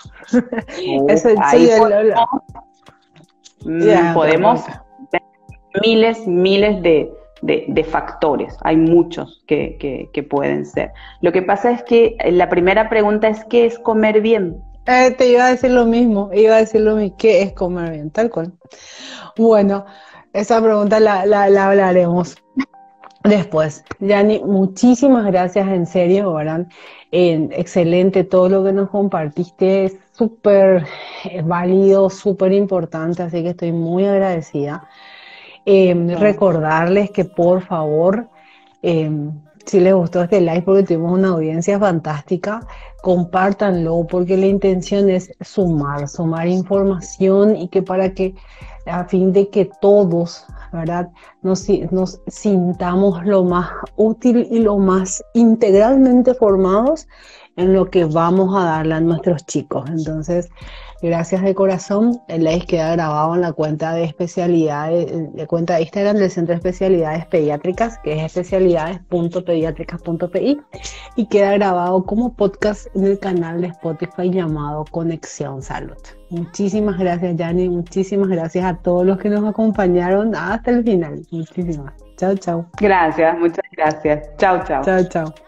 Podemos ver miles de factores, hay muchos que pueden ser. Lo que pasa es que la primera pregunta es ¿qué es comer bien? Te iba a decir lo mismo, ¿qué es comer bien? Tal cual. Bueno, esa pregunta la hablaremos después. Yanni, muchísimas gracias, en serio, ¿verdad? Excelente todo lo que nos compartiste, es súper válido, súper importante, así que estoy muy agradecida. Recordarles que por favor, si les gustó este live porque tuvimos una audiencia fantástica, compártanlo porque la intención es sumar información y que a fin de que todos, ¿verdad?, nos sintamos lo más útil y lo más integralmente formados en lo que vamos a darle a nuestros chicos. Entonces, gracias de corazón. El live queda grabado en la cuenta de especialidades, de cuenta de Instagram del Centro de Especialidades Pediátricas, que es especialidades.pediatricas.pi, y queda grabado como podcast en el canal de Spotify llamado Conexión Salud. Muchísimas gracias, Yanni. Muchísimas gracias a todos los que nos acompañaron hasta el final. Muchísimas. Chao, chao. Gracias, muchas gracias. Chao, chao. Chao, chao.